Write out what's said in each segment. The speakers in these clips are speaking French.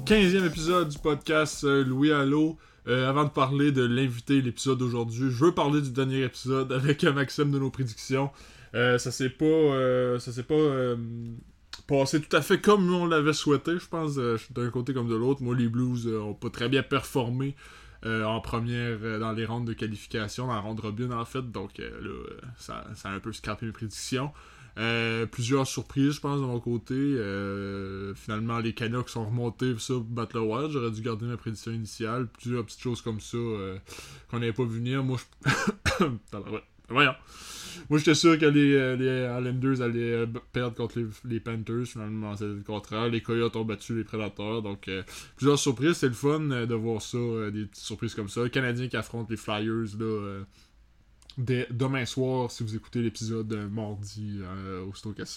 15e épisode du podcast Louis Allo. Avant de parler de l'invité, l'épisode d'aujourd'hui, je veux parler du dernier épisode avec Maxime de nos prédictions. Ça s'est pas passé tout à fait comme on l'avait souhaité, je pense, d'un côté comme de l'autre. Moi, les Blues ont pas très bien performé en première dans les rounds de qualification, dans la ronde Robin en fait, donc ça a un peu scrappé mes prédictions. Plusieurs surprises, je pense, de mon côté. Finalement, les Canucks sont remontés ça, pour battre le Wild. J'aurais dû garder ma prédiction initiale. Plusieurs petites choses comme ça qu'on n'avait pas vu venir. Moi, Voyons. Moi, j'étais sûr que les Islanders allaient perdre contre les Panthers. Finalement, c'est le contraire. Les Coyotes ont battu les Predators. Donc, plusieurs surprises. C'est le fun de voir ça. Des petites surprises comme ça. Les Canadiens qui affrontent les Flyers, là... demain soir, si vous écoutez l'épisode mardi, aussitôt qu'elle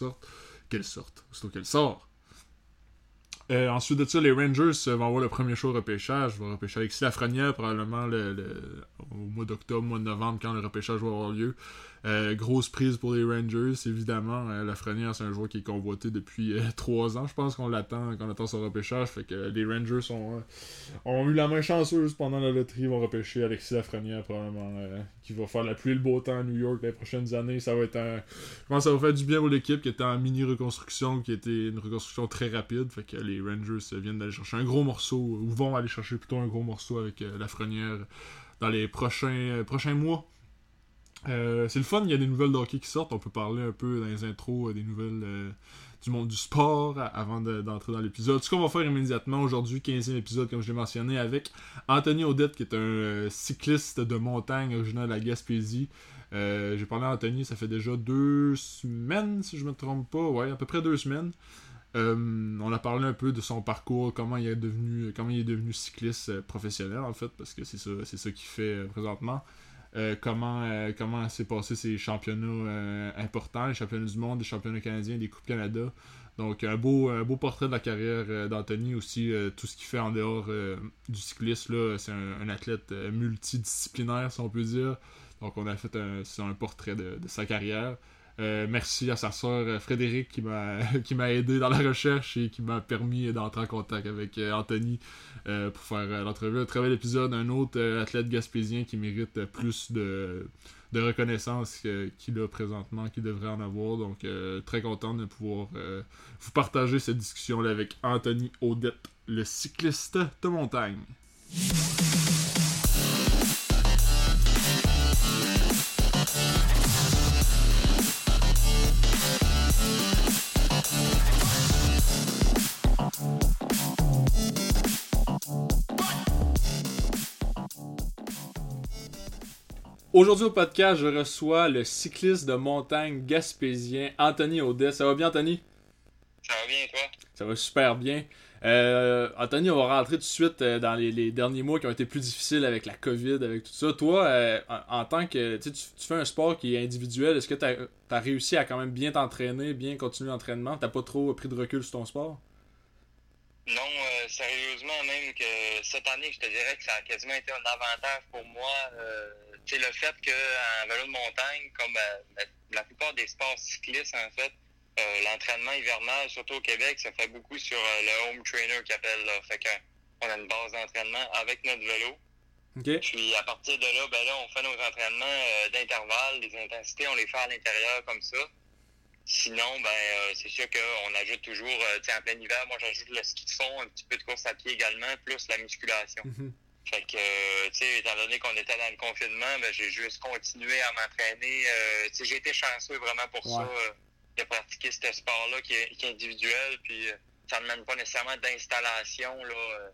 sort. Ensuite de ça, les Rangers vont avoir le premier show au repêchage. Ils vont repêcher Alexis Lafrenière probablement au mois d'octobre, mois de novembre, quand le repêchage va avoir lieu. Grosse prise pour les Rangers, évidemment. Lafrenière, c'est un joueur qui est convoité depuis 3 ans. Je pense qu'on attend son repêchage. Fait que les Rangers ont eu la main chanceuse pendant la loterie. Ils vont repêcher Alexis Lafrenière, probablement, qui va faire la pluie et le beau temps à New York les prochaines années. Ça va être je pense que ça va faire du bien pour l'équipe qui était en mini-reconstruction, qui était une reconstruction très rapide. Fait que les Rangers viennent d'aller chercher un gros morceau, ou vont aller chercher plutôt un gros morceau avec Lafrenière dans les prochains mois. C'est le fun, il y a des nouvelles de hockey qui sortent. On peut parler un peu dans les intros des nouvelles du monde du sport avant d'entrer dans l'épisode. Ce qu'on va faire immédiatement aujourd'hui, 15e épisode comme je l'ai mentionné, avec Anthony Audette qui est un cycliste de montagne originaire de la Gaspésie. J'ai parlé à Anthony, ça fait déjà 2 semaines si je me trompe pas, ouais, à peu près 2 semaines. On a parlé un peu de son parcours, comment il est devenu cycliste professionnel en fait, parce que c'est ça qu'il fait présentement. Comment s'est passé ces championnats importants, les championnats du monde, les championnats canadiens, les Coupes Canada. Donc un beau portrait de la carrière d'Anthony aussi, tout ce qu'il fait en dehors du cyclisme là, c'est un athlète multidisciplinaire si on peut dire. Donc on a fait un portrait de sa carrière. Merci à sa sœur Frédéric qui m'a aidé dans la recherche et qui m'a permis d'entrer en contact avec Anthony pour faire l'entrevue. Un très bel épisode, un autre athlète gaspésien qui mérite plus de reconnaissance qu'il a présentement, qu'il devrait en avoir. Donc très content de pouvoir vous partager cette discussion-là avec Anthony Audette, le cycliste de montagne. Aujourd'hui au podcast, je reçois le cycliste de montagne gaspésien Anthony Audette. Ça va bien, Anthony? Ça va bien, toi? Ça va super bien. Anthony, on va rentrer tout de suite dans les derniers mois qui ont été plus difficiles avec la COVID, avec tout ça. Toi, en tant que tu fais un sport qui est individuel, est-ce que t'as réussi à quand même bien t'entraîner, bien continuer l'entraînement? T'as pas trop pris de recul sur ton sport? Non, sérieusement, même que cette année, je te dirais que ça a quasiment été un avantage pour moi. Tu sais, le fait qu'en vélo de montagne, comme la plupart des sports cyclistes, en fait, l'entraînement hivernal, surtout au Québec, ça fait beaucoup sur le home trainer qu'ils appellent. Là. Fait qu'on a une base d'entraînement avec notre vélo. Okay. Puis à partir de là, on fait nos entraînements d'intervalle, les intensités, on les fait à l'intérieur comme ça. Sinon, c'est sûr qu'on ajoute toujours, en plein hiver, moi j'ajoute le ski de fond, un petit peu de course à pied également, plus la musculation. Mm-hmm. Fait que, étant donné qu'on était dans le confinement, j'ai juste continué à m'entraîner. J'ai été chanceux vraiment pour ça, de pratiquer ce sport-là qui est individuel, puis ça ne demande pas nécessairement d'installation, là.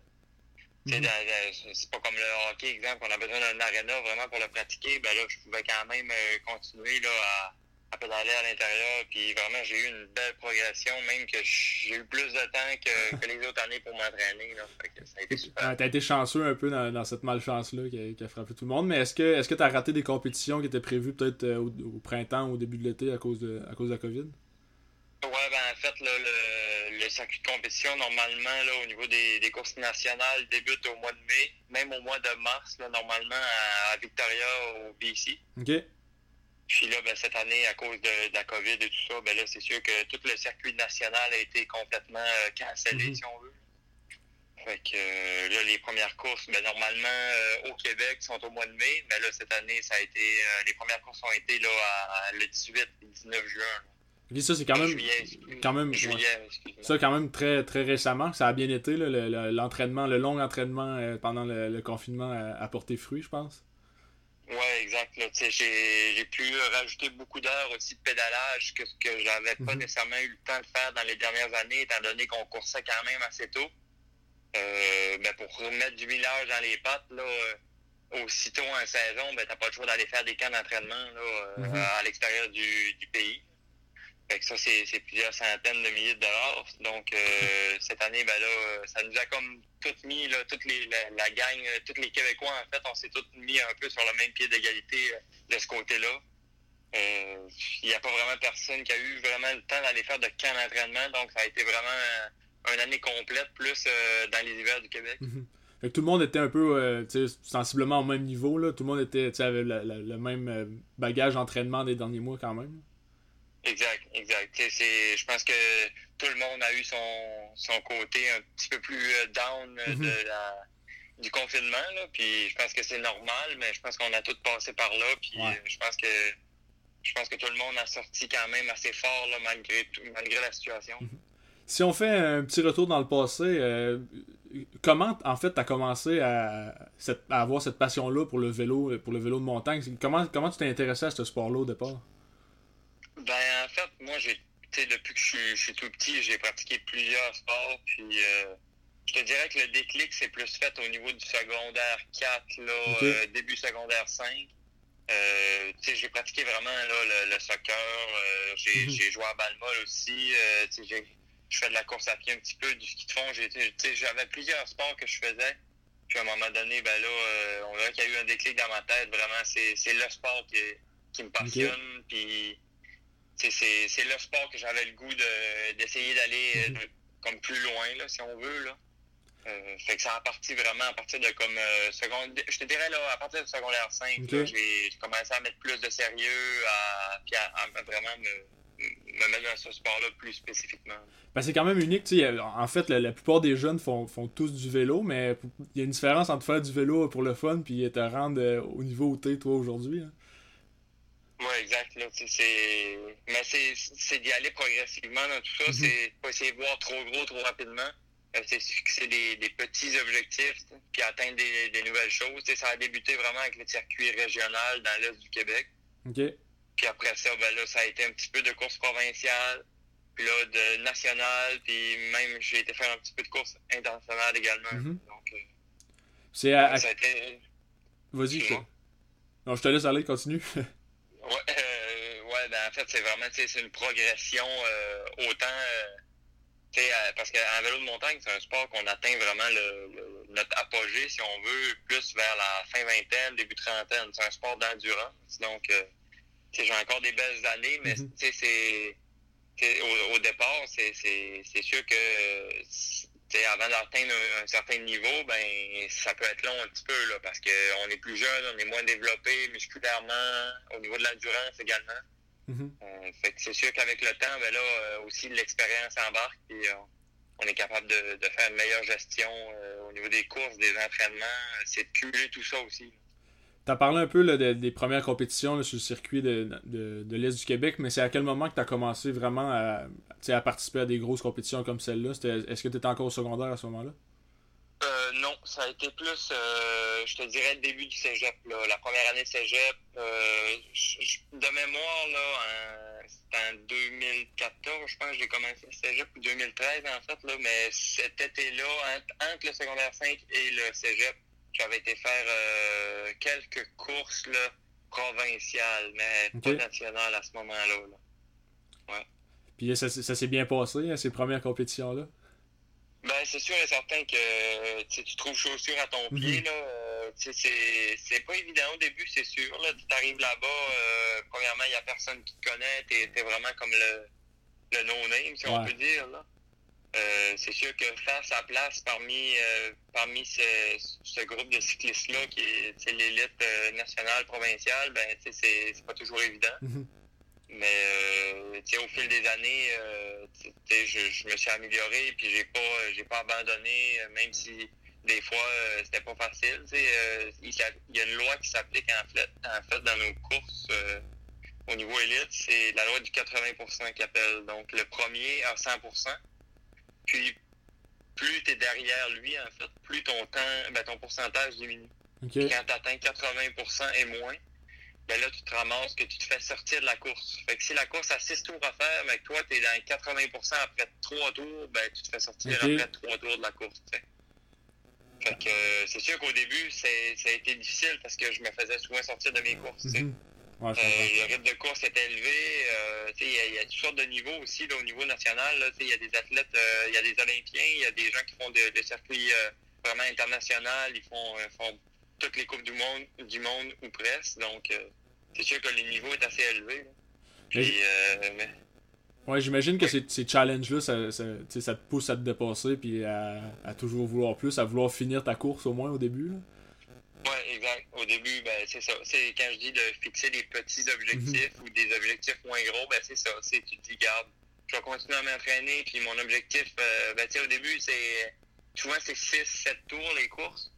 Mm-hmm. C'est pas comme le hockey, exemple, on a besoin d'un aréna vraiment pour le pratiquer. Ben là, je pouvais quand même continuer là, à pédaler à l'intérieur, puis vraiment j'ai eu une belle progression, même que j'ai eu plus de temps que les autres années pour m'entraîner, là. Fait que ça a été super. T'as été chanceux un peu dans cette malchance-là qui a frappé tout le monde, mais est-ce que t'as raté des compétitions qui étaient prévues peut-être au printemps ou au début de l'été à cause de la COVID? Ouais, en fait, là, le circuit de compétition, normalement, là, au niveau des courses nationales, débute au mois de mai, même au mois de mars, là, normalement, à Victoria, au BC. OK. Puis là, cette année, à cause de la COVID et tout ça, là, c'est sûr que tout le circuit national a été complètement cancellé, si on veut. Fait que là, les premières courses, ben, normalement, au Québec, sont au mois de mai. Mais là, cette année, ça a été. Les premières courses ont été là, le 18 et 19 juin. Puis ça, c'est quand même. Juillet, excuse-moi. Ça, quand même, très, très récemment. Ça a bien été, là, l'entraînement, le long entraînement pendant le confinement a porté fruit, je pense. Ouais, exact. Là, j'ai pu rajouter beaucoup d'heures aussi de pédalage que j'avais pas nécessairement eu le temps de faire dans les dernières années, étant donné qu'on coursait quand même assez tôt. Ben pour remettre du millage dans les pattes, là, aussitôt en saison, ben t'as pas le choix d'aller faire des camps d'entraînement là, à l'extérieur du pays. Fait que ça, c'est plusieurs centaines de milliers de dollars. Donc, cette année, ben là, ça nous a comme tout mis, là, la gang, tous les Québécois, en fait, on s'est tous mis un peu sur le même pied d'égalité de ce côté-là. Il n'y a pas vraiment personne qui a eu vraiment le temps d'aller faire de camp d'entraînement. Donc, ça a été vraiment une année complète, plus dans les hivers du Québec. Fait que tout le monde était un peu sensiblement au même niveau, là. Tout le monde était avait le même bagage d'entraînement des derniers mois quand même. Exact. Je pense que tout le monde a eu son côté un petit peu plus down du confinement, là. Puis je pense que c'est normal, mais je pense qu'on a tous passé par là. Puis je pense que tout le monde a sorti quand même assez fort là, malgré la situation. Si on fait un petit retour dans le passé, comment en fait tu as commencé à avoir cette passion-là pour le vélo de montagne? Comment tu t'es intéressé à ce sport-là au départ? Ben, en fait, moi, depuis que je suis tout petit, j'ai pratiqué plusieurs sports, puis je te dirais que le déclic, c'est plus fait au niveau du secondaire 4, là, début secondaire 5. J'ai pratiqué vraiment là, le soccer, j'ai joué à balle-molle aussi, je fais de la course à pied un petit peu, du ski de fond, j'avais plusieurs sports que je faisais, puis à un moment donné, ben là, on dirait qu'il y a eu un déclic dans ma tête, vraiment, c'est le sport qui me passionne, puis... C'est le sport que j'avais le goût d'essayer d'aller comme plus loin, là, si on veut. Là. Fait que ça a parti vraiment à partir de comme je te dirais là, à partir du secondaire 5, là, j'ai commencé à mettre plus de sérieux, puis à vraiment me mettre dans ce sport-là plus spécifiquement. Ben, c'est quand même unique, tu sais. En fait, la plupart des jeunes font tous du vélo, mais il y a une différence entre faire du vélo pour le fun puis te rendre au niveau où t'es, toi, aujourd'hui. Hein. Oui, exact. Là, mais c'est d'y aller progressivement dans tout ça. C'est pas essayer de voir trop gros, trop rapidement. C'est fixer des petits objectifs, puis atteindre des nouvelles choses. Ça a débuté vraiment avec le circuit régional dans l'est du Québec. Puis après ça, ben là, ça a été un petit peu de course provinciale, puis là, de nationale, puis même j'ai été faire un petit peu de course internationale également. Donc, c'est ça a été... Vas-y, non, je te laisse aller, continue. Ouais, ben en fait, c'est vraiment, c'est une progression autant, parce qu'en vélo de montagne, c'est un sport qu'on atteint vraiment notre apogée, si on veut, plus vers la fin vingtaine, début trentaine. C'est un sport d'endurance, donc, j'ai encore des belles années, mais au départ, c'est sûr que avant d'atteindre un certain niveau, ben ça peut être long un petit peu là, parce qu'on est plus jeune, on est moins développé musculairement, au niveau de l'endurance également. Fait que c'est sûr qu'avec le temps, ben là aussi l'expérience embarque et on est capable de faire une meilleure gestion au niveau des courses, des entraînements, c'est de cumuler tout ça aussi. T'as parlé un peu là, des premières compétitions là, sur le circuit de l'Est du Québec, mais c'est à quel moment que t'as commencé vraiment à participer à des grosses compétitions comme celle-là? Est-ce que t'étais encore au secondaire à ce moment-là? Non, ça a été plus, je te dirais, le début du cégep. Là. La première année de cégep, de mémoire, là, c'était en 2014, je pense que j'ai commencé le cégep, ou 2013 en fait, là, mais cet été-là, entre le secondaire 5 et le cégep, j'avais été faire quelques courses là, provinciales, mais pas nationales à ce moment-là. Là. Ouais. Puis ça s'est bien passé, hein, ces premières compétitions-là? Ben, c'est sûr et certain que tu trouves chaussure à ton pied. Là, c'est pas évident au début, c'est sûr. Là, tu arrives là-bas, premièrement, il n'y a personne qui te connaît. T'es vraiment comme le no-name, si on peut dire. Là. C'est sûr que faire sa place parmi ce groupe de cyclistes-là, qui est l'élite nationale, provinciale, ben c'est pas toujours évident. Mais au fil des années, je me suis amélioré puis j'ai pas abandonné, même si des fois c'était pas facile. Il y a une loi qui s'applique en fait dans nos courses au niveau élite, c'est la loi du 80% qui appelle. Donc le premier à 100%. Puis plus tu es derrière lui, en fait, plus ton temps, ton pourcentage diminue. Okay. Quand tu atteins 80% et moins, ben là, tu te ramasses que tu te fais sortir de la course. Fait que si la course a 6 tours à faire, mais que toi, tu es dans 80% après 3 tours, ben tu te fais sortir après 3 tours de la course. T'sais. Fait que c'est sûr qu'au début, ça a été difficile parce que je me faisais souvent sortir de mes courses. Ouais, le rythme de course est élevé. Il y a toutes sortes de niveaux aussi là, au niveau national. Il y a des athlètes, il y a des Olympiens, il y a des gens qui font des circuits vraiment internationaux. Ils font toutes les coupes du monde ou presque. Donc, c'est sûr que le niveau est assez élevé. Là. Puis, ouais, j'imagine que ces challenges-là, ça te pousse à te dépasser puis à toujours vouloir plus, à vouloir finir ta course au moins au début. Là. Oui, exact. Au début, c'est ça. C'est quand je dis de fixer des petits objectifs ou des objectifs moins gros, c'est ça. Tu te dis, garde, je vais continuer à m'entraîner, puis mon objectif, au début, souvent c'est 6-7 tours les courses.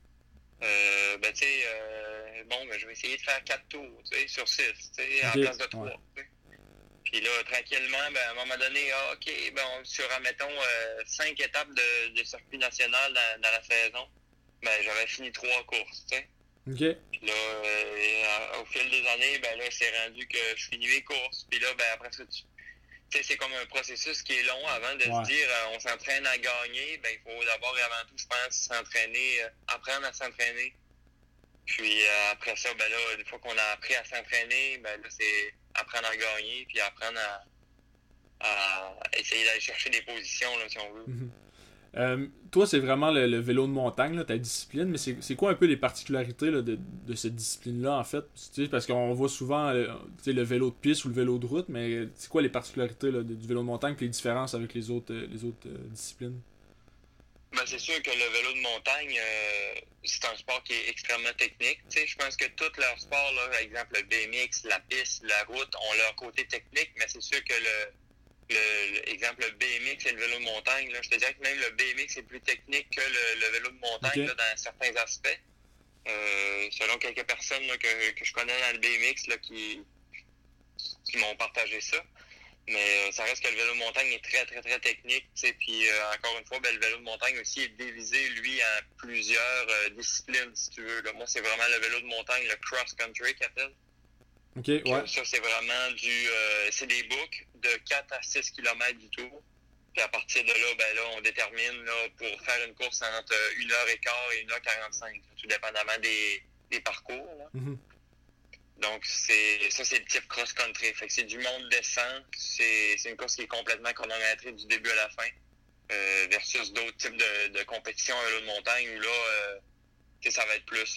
Je vais essayer de faire 4 tours, sur 6, en place de 3. Ouais. Puis là, tranquillement, à un moment donné, sur, admettons, 5 étapes de circuit national dans la saison, j'avais fini 3 courses, Okay. Puis là, au fil des années, là, c'est rendu que je finis mes courses. Puis là, après ça, c'est comme un processus qui est long avant de se dire, on s'entraîne à gagner. Il faut d'abord et avant tout, je pense, s'entraîner, apprendre à s'entraîner. Puis après ça, là, une fois qu'on a appris à s'entraîner, là, c'est apprendre à gagner, puis apprendre à essayer d'aller chercher des positions, là, si on veut. Toi, c'est vraiment le vélo de montagne, là, ta discipline, mais c'est quoi un peu les particularités là, de cette discipline-là, en fait? Parce qu'on voit souvent le vélo de piste ou le vélo de route, mais c'est quoi les particularités là, du vélo de montagne et les différences avec les autres disciplines? C'est sûr que le vélo de montagne, c'est un sport qui est extrêmement technique. Je pense que tous leurs sports, là, par exemple le BMX, la piste, la route, ont leur côté technique, mais c'est sûr que exemple, le BMX et le vélo de montagne, là, je te dirais que même le BMX est plus technique que le vélo de montagne là, dans certains aspects. Selon quelques personnes là, que je connais dans le BMX là, qui m'ont partagé ça. Mais ça reste que le vélo de montagne est très, très, très technique. Puis encore une fois, le vélo de montagne aussi est divisé, lui, en plusieurs disciplines, si tu veux. Là. Moi, c'est vraiment le vélo de montagne, le cross-country qu'il appelle. Okay, ouais. Ça, c'est vraiment c'est des boucles de 4 à 6 km du tour. Puis à partir de là, on détermine là, pour faire une course entre 1h15 et 1h45, tout dépendamment des parcours. Là. Donc, c'est le type cross-country. Fait que c'est du monde descend. C'est une course qui est complètement chronométrée du début à la fin. Versus d'autres types de compétitions à vélo de montagne où là, ça va être plus...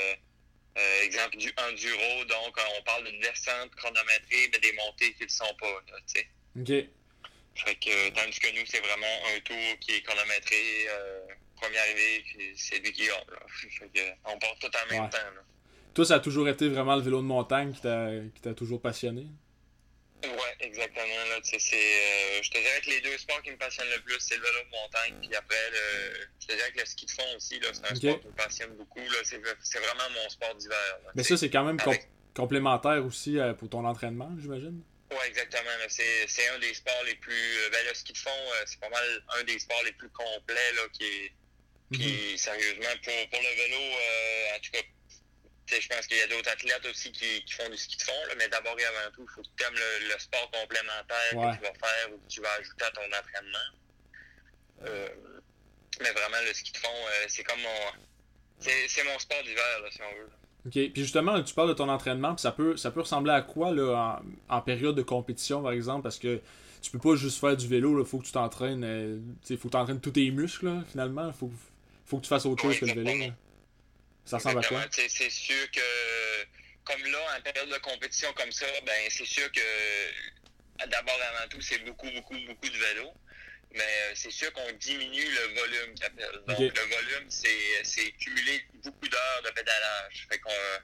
exemple du enduro, donc on parle d'une descente chronométrée, mais des montées qui ne le sont pas. Là, OK. Fait que, tandis que nous, c'est vraiment un tour qui est chronométré, premier arrivé, c'est lui qui gagne. Fait que, on part tout en même temps. Là. Toi, ça a toujours été vraiment le vélo de montagne qui t'a toujours passionné? Ouais, exactement. Là, je te dirais que les deux sports qui me passionnent le plus, c'est le vélo de montagne, puis après, je te dirais que le ski de fond aussi, là, c'est un sport qui me passionne beaucoup. Là, c'est vraiment mon sport d'hiver. Là, mais ça, c'est quand même complémentaire aussi pour ton entraînement, j'imagine? Oui, exactement. Là, c'est un des sports les plus... le ski de fond, c'est pas mal un des sports les plus complets là, qui est... Puis, sérieusement, pour le vélo, en tout cas, je pense qu'il y a d'autres athlètes aussi qui font du ski de fond, là, mais d'abord et avant tout, il faut que tu aimes le sport complémentaire que tu vas faire ou que tu vas ajouter à ton entraînement. Mais vraiment, le ski de fond, c'est comme c'est mon sport d'hiver, là, si on veut. OK. Puis justement, tu parles de ton entraînement, puis ça peut ressembler à quoi là, en période de compétition, par exemple, parce que tu peux pas juste faire du vélo, il faut que tu t'entraînes, faut que tu entraînes tous tes muscles, là, finalement. Il faut que tu fasses autre chose que le vélo. Là. Ça ressemble à quoi? C'est sûr que, comme là, en période de compétition comme ça, c'est sûr que, d'abord et avant tout, c'est beaucoup, beaucoup, beaucoup de vélo. Mais c'est sûr qu'on diminue le volume qu'appelle. Donc, le volume, c'est cumuler beaucoup d'heures de pédalage. Fait qu'on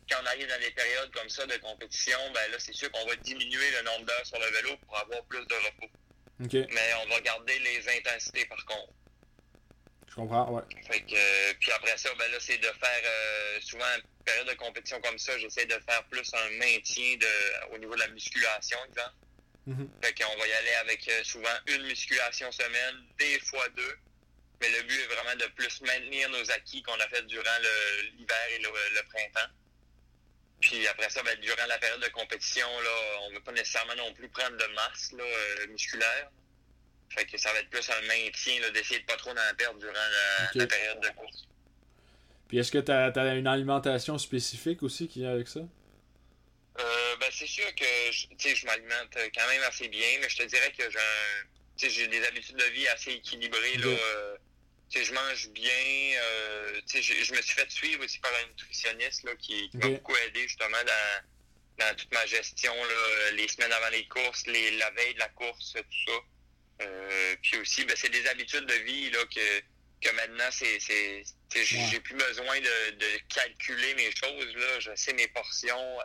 quand on arrive dans des périodes comme ça de compétition, ben là, c'est sûr qu'on va diminuer le nombre d'heures sur le vélo pour avoir plus de repos. OK. Mais on va garder les intensités par contre. Je comprends, ouais. Fait que, puis après ça, ben là, c'est de faire souvent une période de compétition comme ça, j'essaie de faire plus un maintien au niveau de la musculation, exemple. Fait qu'on va y aller avec souvent une musculation semaine, des fois 2. Mais le but est vraiment de plus maintenir nos acquis qu'on a fait durant l'hiver et le printemps. Puis après ça, ben, durant la période de compétition, là, on ne veut pas nécessairement non plus prendre de masse là, musculaire. Fait que ça va être plus un maintien là, d'essayer de pas trop en perdre durant la période de course. Puis est-ce que t'as une alimentation spécifique aussi qui vient avec ça? Ben c'est sûr que je m'alimente quand même assez bien, mais je te dirais que j'ai des habitudes de vie assez équilibrées. Là, je mange bien. Je me suis fait suivre aussi par un nutritionniste là, qui m'a beaucoup aidé justement dans toute ma gestion, là, les semaines avant les courses, la veille de la course, tout ça. Puis aussi, ben, c'est des habitudes de vie là, que maintenant, j'ai plus besoin de calculer mes choses. Là. Je sais mes portions.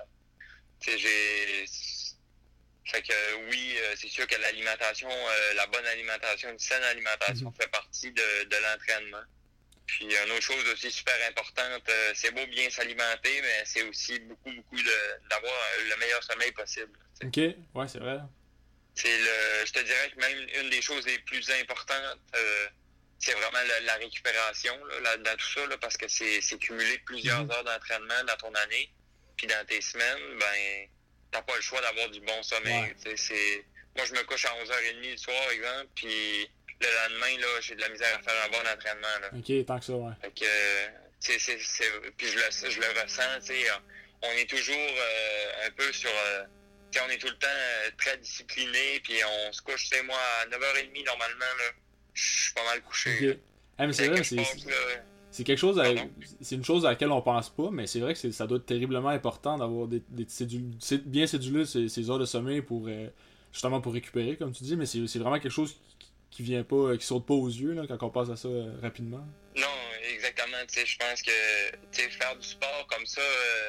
Fait que oui, c'est sûr que l'alimentation, la bonne alimentation, une saine alimentation fait partie de l'entraînement. Puis une autre chose aussi super importante, c'est beau bien s'alimenter, mais c'est aussi beaucoup d'avoir le meilleur sommeil possible. T'sais. OK, ouais, c'est vrai. Je te dirais que même une des choses les plus importantes, c'est vraiment la récupération là, dans tout ça, là, parce que c'est cumuler plusieurs heures d'entraînement dans ton année. Puis dans tes semaines, ben, t'as pas le choix d'avoir du bon sommeil. Ouais. Moi, je me couche à 11h30 le soir, exemple, puis le lendemain, là, j'ai de la misère à faire un bon entraînement. Là. OK, tant que ça, ouais. Fait que, puis je le ressens, on est toujours un peu sur... on est tout le temps très discipliné, puis on se couche, moi, à 9h30, normalement, là, je suis pas mal couché. OK. Ah, mais c'est vrai, c'est quelque chose c'est une chose à laquelle on pense pas, mais c'est vrai que ça doit être terriblement important d'avoir bien céduler ces heures de sommeil pour justement pour récupérer, comme tu dis, mais c'est vraiment quelque chose qui vient pas, qui saute pas aux yeux là, quand on passe à ça rapidement. Non, exactement. Je pense que faire du sport comme ça,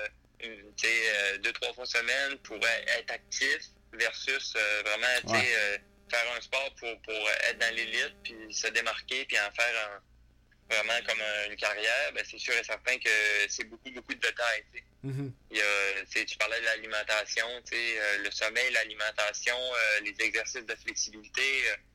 2-3 fois semaine pour être actif versus vraiment faire un sport pour être dans l'élite, puis se démarquer, puis en faire vraiment comme une carrière, ben c'est sûr et certain que c'est beaucoup de détails. Il y a, tu parlais de l'alimentation, le sommeil, l'alimentation, les exercices de flexibilité,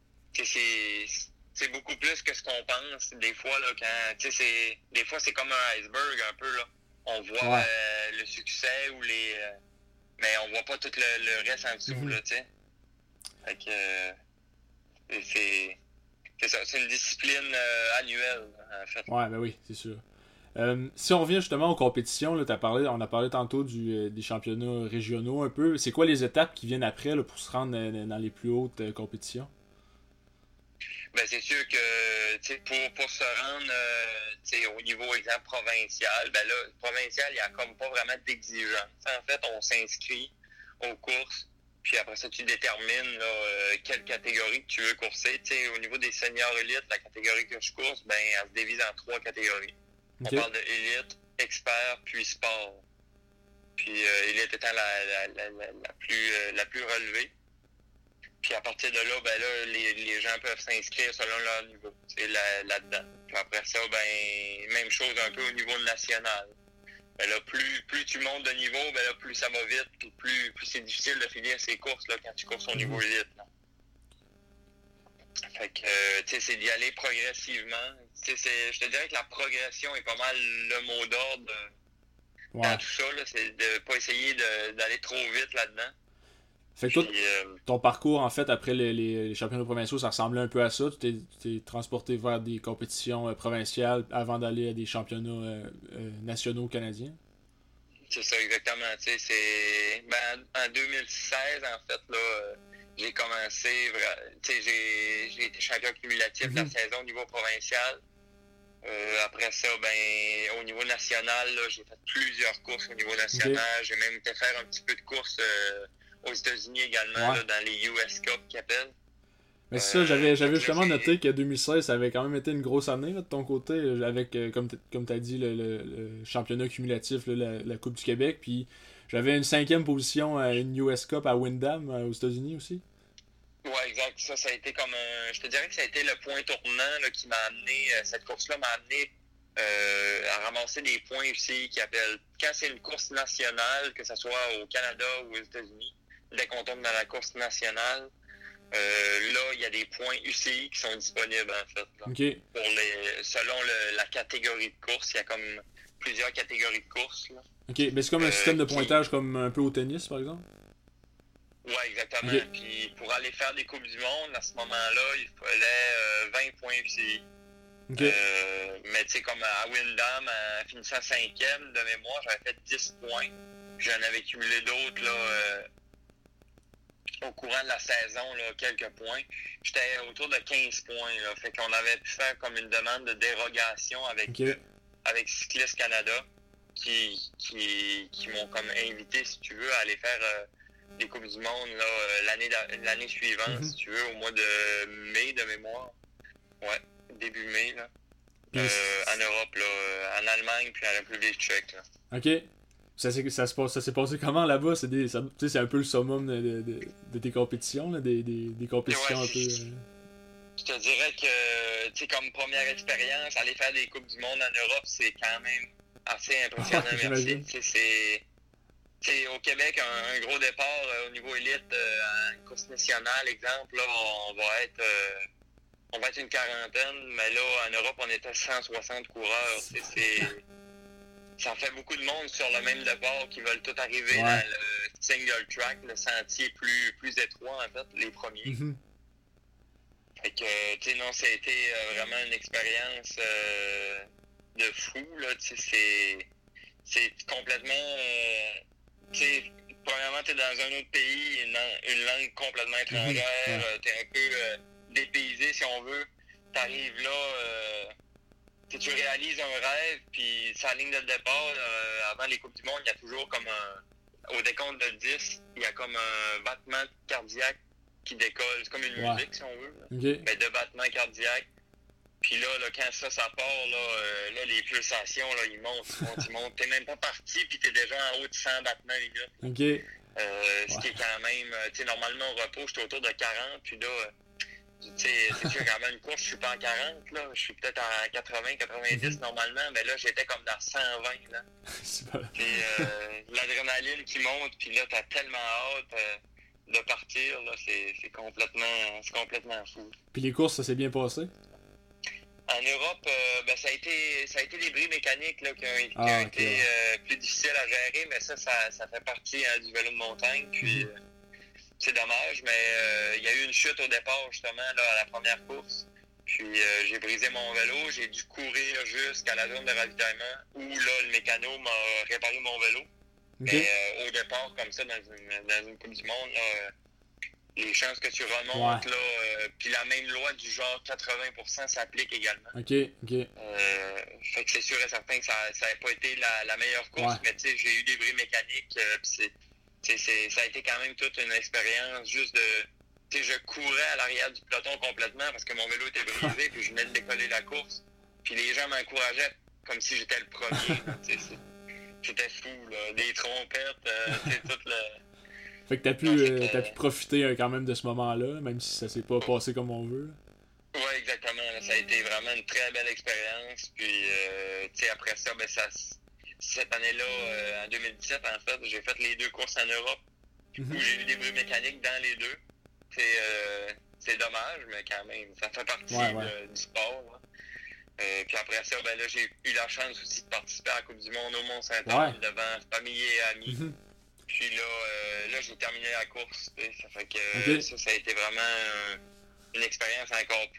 c'est beaucoup plus que ce qu'on pense. Des fois, là, des fois c'est comme un iceberg un peu. Là. On voit le succès ou mais on voit pas tout le reste en dessous. Là, fait que c'est ça, c'est une discipline annuelle, en fait. Ouais, ben oui, c'est sûr. Si on revient justement aux compétitions, là, on a parlé tantôt des championnats régionaux un peu. C'est quoi les étapes qui viennent après là, pour se rendre dans les plus hautes compétitions? Ben c'est sûr que pour se rendre au niveau exemple provincial, ben là, provincial, il n'y a comme pas vraiment d'exigence. En fait, on s'inscrit aux courses. Puis après ça, tu détermines là, quelle catégorie que tu veux courser. Au niveau des seniors élites, la catégorie que je course, ben, elle se divise en 3 catégories. Okay. On parle de élite, expert, puis sport. Puis élite étant la plus relevée. Puis à partir de là, ben là, les gens peuvent s'inscrire selon leur niveau là-dedans. Puis après ça, ben même chose un peu au niveau national. Ben là, plus tu montes de niveau, ben là, plus ça va vite, puis plus c'est difficile de finir ces courses là, quand tu courses au niveau élite. Là. Fait que, c'est d'y aller progressivement. Je te dirais que la progression est pas mal le mot d'ordre dans tout ça. Là, c'est de pas essayer d'aller trop vite là-dedans. Fait que toi, ton parcours, en fait, après les championnats provinciaux, ça ressemblait un peu à ça. Tu t'es transporté vers des compétitions provinciales avant d'aller à des championnats nationaux canadiens? C'est ça, exactement. En 2016, en fait, là, j'ai commencé... J'ai été champion cumulatif de la saison au niveau provincial. Après ça, au niveau national, là, j'ai fait plusieurs courses au niveau national. Okay. J'ai même été faire un petit peu de courses... aux États-Unis également, là, dans les US Cup qu'ils appellent. Mais c'est ça, j'avais justement c'est- noté que 2016, ça avait quand même été une grosse année là, de ton côté, avec, comme tu as dit, le championnat cumulatif, là, la Coupe du Québec, puis j'avais une 5e position à une US Cup à Windham, aux États-Unis aussi. Ouais, exact. Ça a été comme un. Je te dirais que ça a été le point tournant là, qui m'a amené. Cette course-là m'a amené à ramasser des points aussi qui appellent. Quand c'est une course nationale, que ce soit au Canada ou aux États-Unis, dès qu'on tombe dans la course nationale, là, il y a des points UCI qui sont disponibles en fait. Là, Ok, pour selon la catégorie de course, il y a comme plusieurs catégories de course. Là. ok, mais c'est comme un système de Qui- pointage comme un peu au tennis, par exemple. Ouais, exactement. Ok. Puis pour aller faire des Coupes du Monde, à ce moment-là, il fallait 20 points UCI. Ok, Mais tu sais, comme à Windham, en finissant 5e de mémoire, j'avais fait 10 points. Puis j'en avais cumulé d'autres là, au courant de la saison, là, quelques points. J'étais autour de 15 points. Là, fait qu'on avait pu faire comme une demande de dérogation avec, ok, avec Cycliste Canada qui m'ont comme invité, si tu veux, à aller faire des Coupes du Monde là, l'année suivante, si tu veux, au mois de mai de mémoire. Ouais, début mai, là. Puis, En Europe, là, en Allemagne puis en République tchèque. Là. ok. Ça s'est passé comment là-bas? Tu sais, c'est un peu le summum de tes compétitions, là, des compétitions Ouais, un peu. Je te dirais que, tu sais, comme première expérience, aller faire des Coupes du Monde en Europe, c'est quand même assez impressionnant, merci. J'imagine. Tu sais, c'est au Québec, un gros départ au niveau élite, en course nationale, exemple, là, on va être une quarantaine, mais là, en Europe, on était 160 coureurs. Tu sais, ça fait beaucoup de monde sur le même départ qui veulent tout arriver Ouais. dans le single track, le sentier plus étroit, en fait, les premiers. Mhm. Fait que, tu sais, non, ça a été vraiment une expérience de fou, là, tu sais, c'est complètement, tu sais, premièrement, t'es dans un autre pays, une langue complètement étrangère, t'es un peu dépaysé, si on veut, t'arrives là, tu réalises un rêve, puis sa ligne de départ, avant les Coupes du Monde, il y a toujours comme au décompte de 10, il y a comme un battement cardiaque qui décolle. C'est comme une musique, si on veut. Là. Ok. Mais de battement cardiaque. Puis là, quand ça part, là, les pulsations, là, ils montent. T'es même pas parti, puis t'es déjà en haut de 100 battements, les gars. Ok. Ce qui est quand même, tu sais, normalement au repos, j'étais autour de 40, puis là, tu sais, c'est sûr qu'avant une course, je suis pas en 40, là, je suis peut-être en 80, 90 normalement, mais là, j'étais comme dans 120, là. C'est pas... Puis l'adrénaline qui monte, puis là, t'as tellement hâte de partir, là, c'est complètement fou. Puis les courses, ça s'est bien passé? En Europe, ça a été les bris mécaniques là, qui ont ok, été plus difficiles à gérer, mais ça fait partie du vélo de montagne. Puis c'est dommage, mais il y a eu une chute au départ justement là, à la première course. Puis j'ai brisé mon vélo, j'ai dû courir jusqu'à la zone de ravitaillement où là le mécano m'a réparé mon vélo. Ok. Mais au départ, comme ça, dans une Coupe du Monde, là, les chances que tu remontes, là, puis la même loi du genre 80% s'applique également. Ok. Fait que c'est sûr et certain que ça n'a pas été la meilleure course, mais tu sais, j'ai eu des bris mécaniques, puis ça a été quand même toute une expérience juste de... Tu sais, je courais à l'arrière du peloton complètement parce que mon vélo était brisé, puis je venais de décoller la course, puis les gens m'encourageaient comme si j'étais le premier. C'était fou, là. Des trompettes, c'est tout le... Fait que t'as pu profiter quand même de ce moment-là, même si ça s'est pas passé comme on veut. Oui, exactement. Là, ça a été vraiment une très belle expérience. Puis, tu sais, après ça, cette année-là, en 2017, en fait, j'ai fait les 2 courses en Europe, où j'ai eu des bruits mécaniques dans les 2. C'est dommage, mais quand même, ça fait partie du sport. Là. Puis après ça, là, j'ai eu la chance aussi de participer à la Coupe du Monde au Mont-Saint-Anne devant famille et amis. Puis là, j'ai terminé la course. Ça fait que ça a été vraiment une expérience encore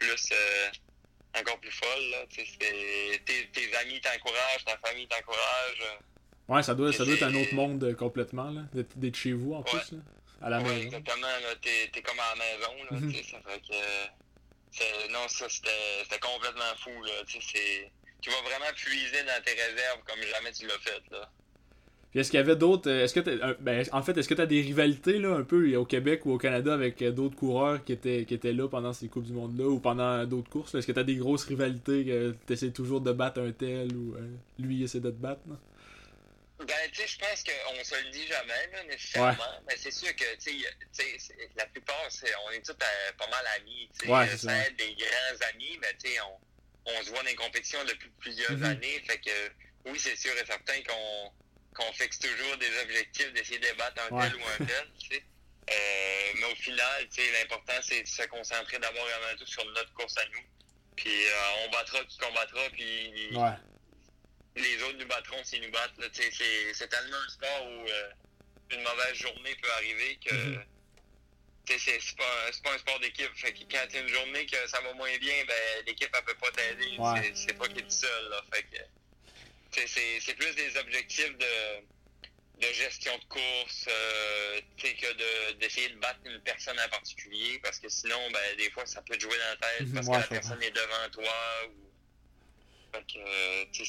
plus folle. Là. Tes amis t'encouragent, ta famille t'encourage. Ouais, ça doit être un autre monde complètement, là, d'être chez vous en plus, là, à la maison. Exactement. Là, t'es comme à la maison. Là, ça fait que... Non, ça, c'était complètement fou. Là, tu vas vraiment puiser dans tes réserves comme jamais tu l'as fait. Là. Puis est-ce qu'il y avait d'autres. Est-ce que t'as des rivalités là, un peu au Québec ou au Canada avec d'autres coureurs qui étaient là pendant ces Coupes du Monde-là ou pendant d'autres courses? Là? Est-ce que t'as des grosses rivalités que t'essaies toujours de battre un tel ou lui essaie de te battre? Là? Ben, tu sais, je pense qu'on se le dit jamais, là, nécessairement. Mais c'est sûr que, tu sais, la plupart, on est tous pas mal amis. Tu sais, ça aide des grands amis, mais tu sais, on se voit dans les compétitions depuis plusieurs années. Fait que, oui, c'est sûr et certain qu'on fixe toujours des objectifs d'essayer de battre un tel ou un tel, tu sais. Mais au final, tu sais, l'important, c'est de se concentrer d'abord et avant tout sur notre course à nous. Puis on battra qui combattra, puis les autres nous battront s'ils nous battent. Là, c'est tellement un sport où une mauvaise journée peut arriver que c'est pas un sport d'équipe. Fait que quand t'as une journée que ça va moins bien, ben l'équipe elle peut pas t'aider. C'est pas qu'il est tout seul. Là. Fait que c'est plus des objectifs de gestion de course que d'essayer de battre une personne en particulier, parce que sinon, ben des fois, ça peut te jouer dans la tête parce que la personne est devant toi. Fait que,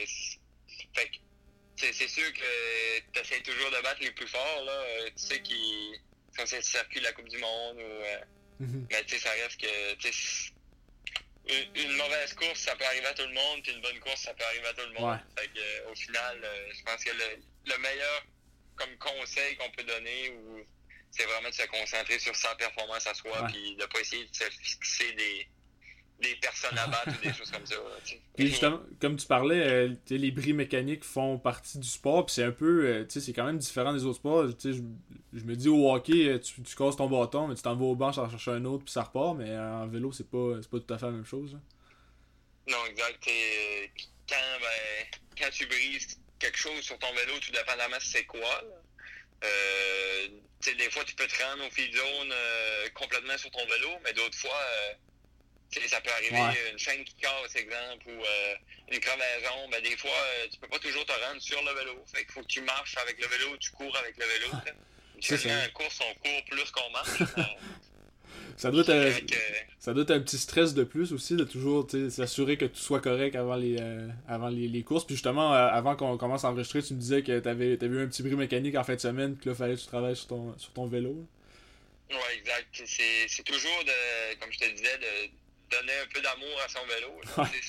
c'est sûr que tu essaies toujours de battre les plus forts, là. Tu sais, quand c'est le circuit de la Coupe du Monde, mais tu sais, ça reste que, une mauvaise course, ça peut arriver à tout le monde, puis une bonne course, ça peut arriver à tout le monde. Fait que, au final, je pense que le meilleur comme conseil qu'on peut donner, c'est vraiment de se concentrer sur sa performance à soi, puis de pas essayer de se fixer des personnes à battre ou des choses comme ça. Puis justement, comme tu parlais, les bris mécaniques font partie du sport, puis c'est un peu, c'est quand même différent des autres sports. Je me dis au hockey, tu casses ton bâton, mais tu t'en vas au banc, en chercher un autre, puis ça repart, mais en vélo, c'est pas tout à fait la même chose. Hein. Non, exact. Quand tu brises quelque chose sur ton vélo, tout dépendamment c'est quoi, des fois tu peux te rendre au feed zone complètement sur ton vélo, mais d'autres fois ça peut arriver une chaîne qui casse, exemple, ou une crevaison. Ben, des fois, tu peux pas toujours te rendre sur le vélo. Fait qu'il faut que tu marches avec le vélo, tu cours avec le vélo. En course, on court plus qu'on marche. Ça doit être un petit stress de plus aussi, de toujours s'assurer que tout soit correct avant les courses. Puis justement, avant qu'on commence à enregistrer, tu me disais que t'avais eu un petit bris mécanique en fin de semaine, puis là, il fallait que tu travailles sur ton vélo. Oui, exact. C'est toujours, comme je te disais, de donner un peu d'amour à son vélo.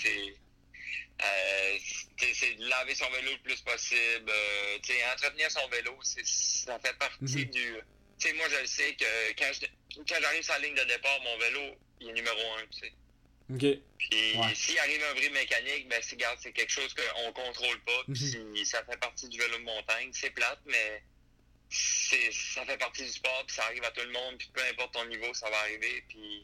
C'est de laver son vélo le plus possible. Entretenir son vélo, ça fait partie du... moi, je le sais que quand j'arrive sur la ligne de départ, mon vélo, il est numéro 1. Okay. Puis s'il arrive un bris mécanique, ben c'est quelque chose qu'on contrôle pas. Puis ça fait partie du vélo de montagne. C'est plate, mais ça fait partie du sport. Puis ça arrive à tout le monde. Puis peu importe ton niveau, ça va arriver. Puis...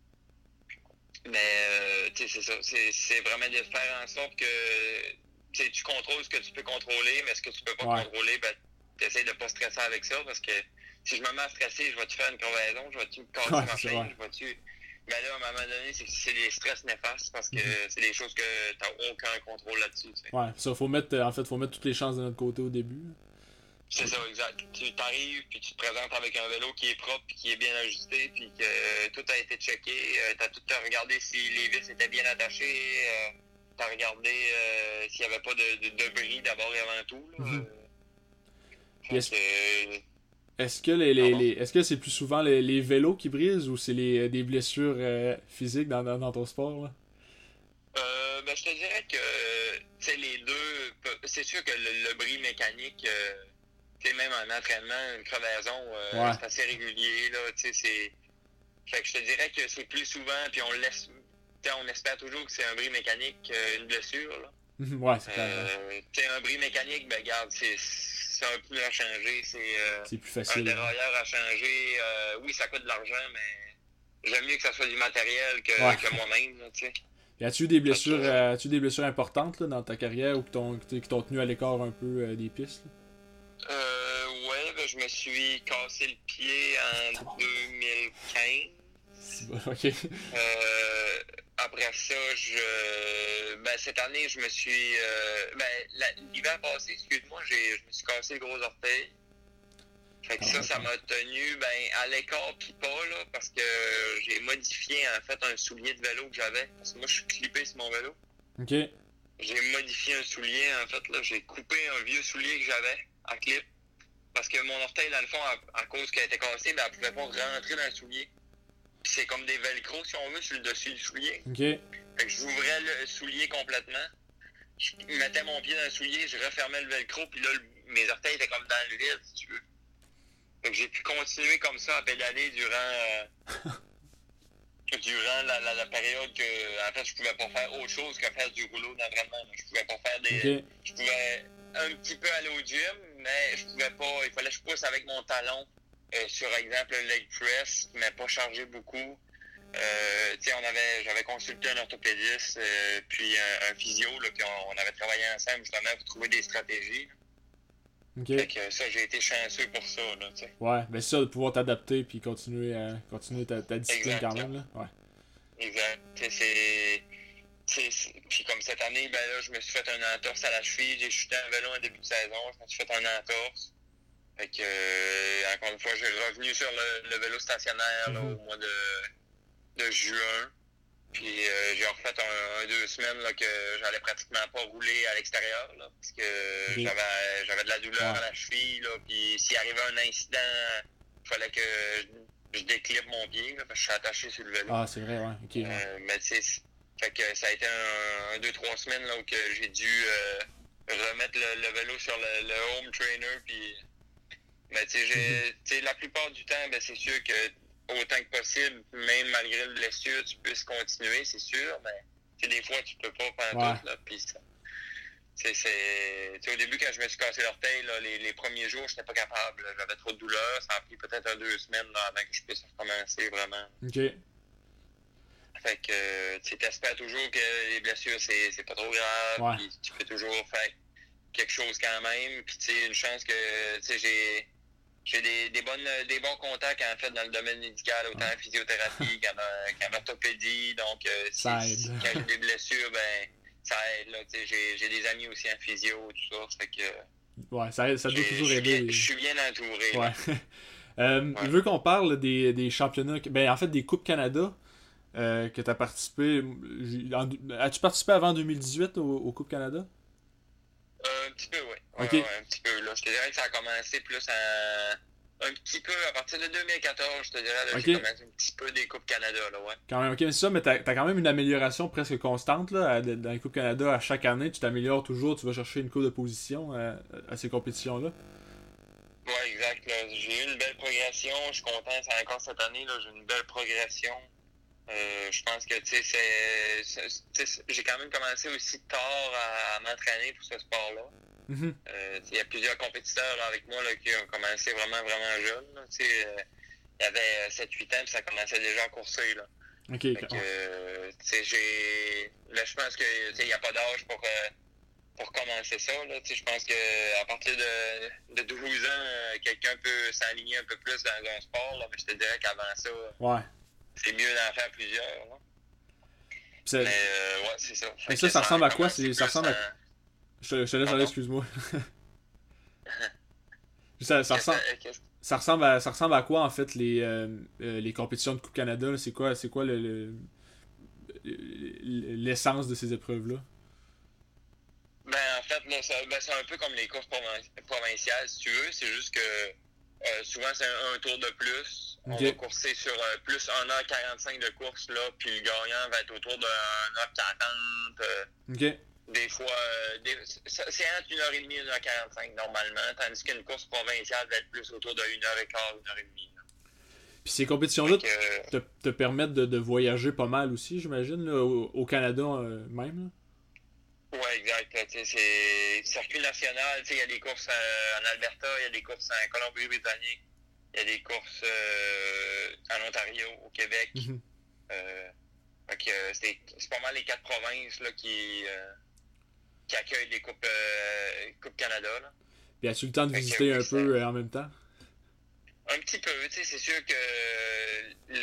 Mais, c'est ça. C'est vraiment de faire en sorte que tu contrôles ce que tu peux contrôler, mais ce que tu peux pas contrôler, ben, tu essaies de pas stresser avec ça, parce que si je me mets à stresser, je vais-tu faire une crevaison, je vais-tu me casser ma chaîne, Ben là, à un moment donné, c'est des stress néfastes, parce que c'est des choses que t'as aucun contrôle là-dessus. T'sais. Ouais, ça, faut mettre toutes les chances de notre côté au début. C'est ça, exact. Tu t'arrives, puis tu te présentes avec un vélo qui est propre, puis qui est bien ajusté, puis que tout a été checké. T'as tout regardé si les vis étaient bien attachées. T'as regardé s'il n'y avait pas de bris d'abord et avant tout. Là. Est-ce que c'est plus souvent les vélos qui brisent ou c'est des blessures physiques dans ton sport? Là? Ben, je te dirais que les deux. C'est sûr que le bris mécanique. Même en entraînement, une crevaison, c'est assez régulier, là, fait que je te dirais que c'est plus souvent, puis on espère toujours que c'est un bris mécanique, une blessure, là. Ouais, c'est clair. Un bris mécanique, ben, regarde, c'est un pneu à changer, c'est plus facile. Un dérailleur à changer, oui, ça coûte de l'argent, mais j'aime mieux que ça soit du matériel que moi-même, tu sais. Y a-tu eu des blessures importantes, là, dans ta carrière, ou qui t'ont tenu à l'écart un peu des pistes, là? Je me suis cassé le pied en 2015. Ok. Après ça, cette année, je me suis... l'hiver passé, excuse-moi, je me suis cassé le gros orteil. Fait que ça m'a tenu à l'écart pis pas, là, parce que j'ai modifié, en fait, un soulier de vélo que j'avais. Parce que moi, je suis clippé sur mon vélo. Ok. J'ai modifié un soulier, en fait, là. J'ai coupé un vieux soulier que j'avais. à clip. Parce que mon orteil, dans le fond, à cause qu'elle était cassée, ben, elle pouvait pas rentrer dans le soulier. Puis c'est comme des velcro, si on veut, sur le dessus du soulier. OK. Fait que j'ouvrais le soulier complètement. Je mettais mon pied dans le soulier, je refermais le velcro, puis là, mes orteils étaient comme dans le vide, si tu veux. Fait que j'ai pu continuer comme ça à pédaler durant la période que, en fait, je pouvais pas faire autre chose que faire du rouleau d'entraînement. Je pouvais pas faire des... OK. Je pouvais un petit peu aller au gym, mais je pouvais pas... Il fallait que je pousse avec mon talon sur, exemple, le leg press, mais pas charger beaucoup. Tu sais, j'avais consulté un orthopédiste, puis un physio, là, puis on avait travaillé ensemble justement pour trouver des stratégies. OK. Fait que ça, j'ai été chanceux pour ça, là, tu sais. Ouais, ben c'est ça, de pouvoir t'adapter puis continuer ta discipline Exact. quand même, là. Ouais. Exact. Puis comme cette année, ben là, je me suis fait un entorse à la cheville. J'ai chuté un vélo en début de saison. Je me suis fait un entorse. Fait que, encore une fois, j'ai revenu sur le vélo stationnaire là, au mois de juin. Puis j'ai refait un 2 semaines là, que j'allais pratiquement pas rouler à l'extérieur. Là, parce que j'avais de la douleur à la cheville. Là, puis s'il arrivait un incident, il fallait que je déclipe mon pied. Là, parce que je suis attaché sur le vélo. Ah, c'est vrai, ouais. OK. Mais tu sais, fait que ça a été un 2-3 semaines là, où que j'ai dû remettre le vélo sur le home trainer. Puis, mais tu sais, la plupart du temps, ben, c'est sûr que autant que possible, même malgré le blessure, tu puisses continuer, c'est sûr. Mais des fois, tu peux pas pantoute. Là, puis ça. Au début, quand je me suis cassé l'orteil, là, les premiers jours, j'étais pas capable. Là, j'avais trop de douleur. Ça a pris peut-être 2 semaines là, avant que je puisse recommencer vraiment. OK. Fait que tu t'espères toujours que les blessures, c'est pas trop grave. Ouais. Puis tu peux toujours faire quelque chose quand même. Puis tu sais, une chance que tu sais, j'ai des bons contacts en fait dans le domaine médical, autant en physiothérapie qu'en orthopédie. Donc ça aide. quand j'ai des blessures, ben ça aide. Là, j'ai des amis aussi en physio, tout ça. Fait que ouais, ça doit toujours aider. Je suis bien entouré. Ouais. Ouais. Je veux qu'on parle des championnats, ben en fait des Coupes Canada que tu as participé. As-tu participé avant 2018 aux Coupes Canada? Un petit peu, oui. Ok. Ouais, un petit peu. Là. Je te dirais que ça a commencé plus un petit peu à partir de 2014, je te dirais. Là, Ok. j'ai commencé un petit peu des Coupes Canada, là, ouais. Quand même, ok, mais c'est ça, mais t'as quand même une amélioration presque constante là, dans les Coupes Canada. À chaque année, tu t'améliores toujours, tu vas chercher une coupe de position à ces compétitions-là. Ouais, exact. Là. J'ai eu une belle progression. Je suis content. C'est encore cette année, là, j'ai une belle progression. Je pense que j'ai quand même commencé aussi tard à m'entraîner pour ce sport-là. Mm-hmm. Il y a plusieurs compétiteurs là, avec moi là, qui ont commencé vraiment jeunes. Là, il y avait 7-8 ans puis ça commençait déjà à courser. Là. Ok. Fait que, là, je pense que il n'y a pas d'âge pour commencer ça. Là, je pense qu'à partir de 12 ans, quelqu'un peut s'aligner un peu plus dans un sport. Là, mais je te dirais qu'avant ça, ouais. c'est mieux d'en faire plusieurs. Là. Mais ouais, c'est ça. Mais ça ressemble à quoi? Ça ressemble à... Je te laisse aller, excuse-moi. Ça ressemble à quoi en fait les compétitions de Coupe Canada? C'est quoi l'essence de ces épreuves-là? Ben en fait, là, c'est un peu comme les courses provinciales, si tu veux. C'est juste que souvent c'est un tour de plus. On va courser sur plus 1h45 de course, là, puis le gagnant va être autour de 1h40. OK. Des fois, c'est entre 1h30 et 1h45 normalement, tandis qu'une course provinciale va être plus autour de 1h15, 1h30. Puis ces compétitions-là te permettent de voyager pas mal aussi, j'imagine, là, au Canada même. Là. Ouais, exact. C'est circuit national. Il y a des courses en Alberta, il y a des courses en Colombie-Britannique, il y a des courses en Ontario, au Québec. Mm-hmm. C'est pas mal les 4 provinces là, qui accueillent les Coupes Canada. Là. Puis as-tu le temps de visiter un peu en même temps? Un petit peu, c'est sûr que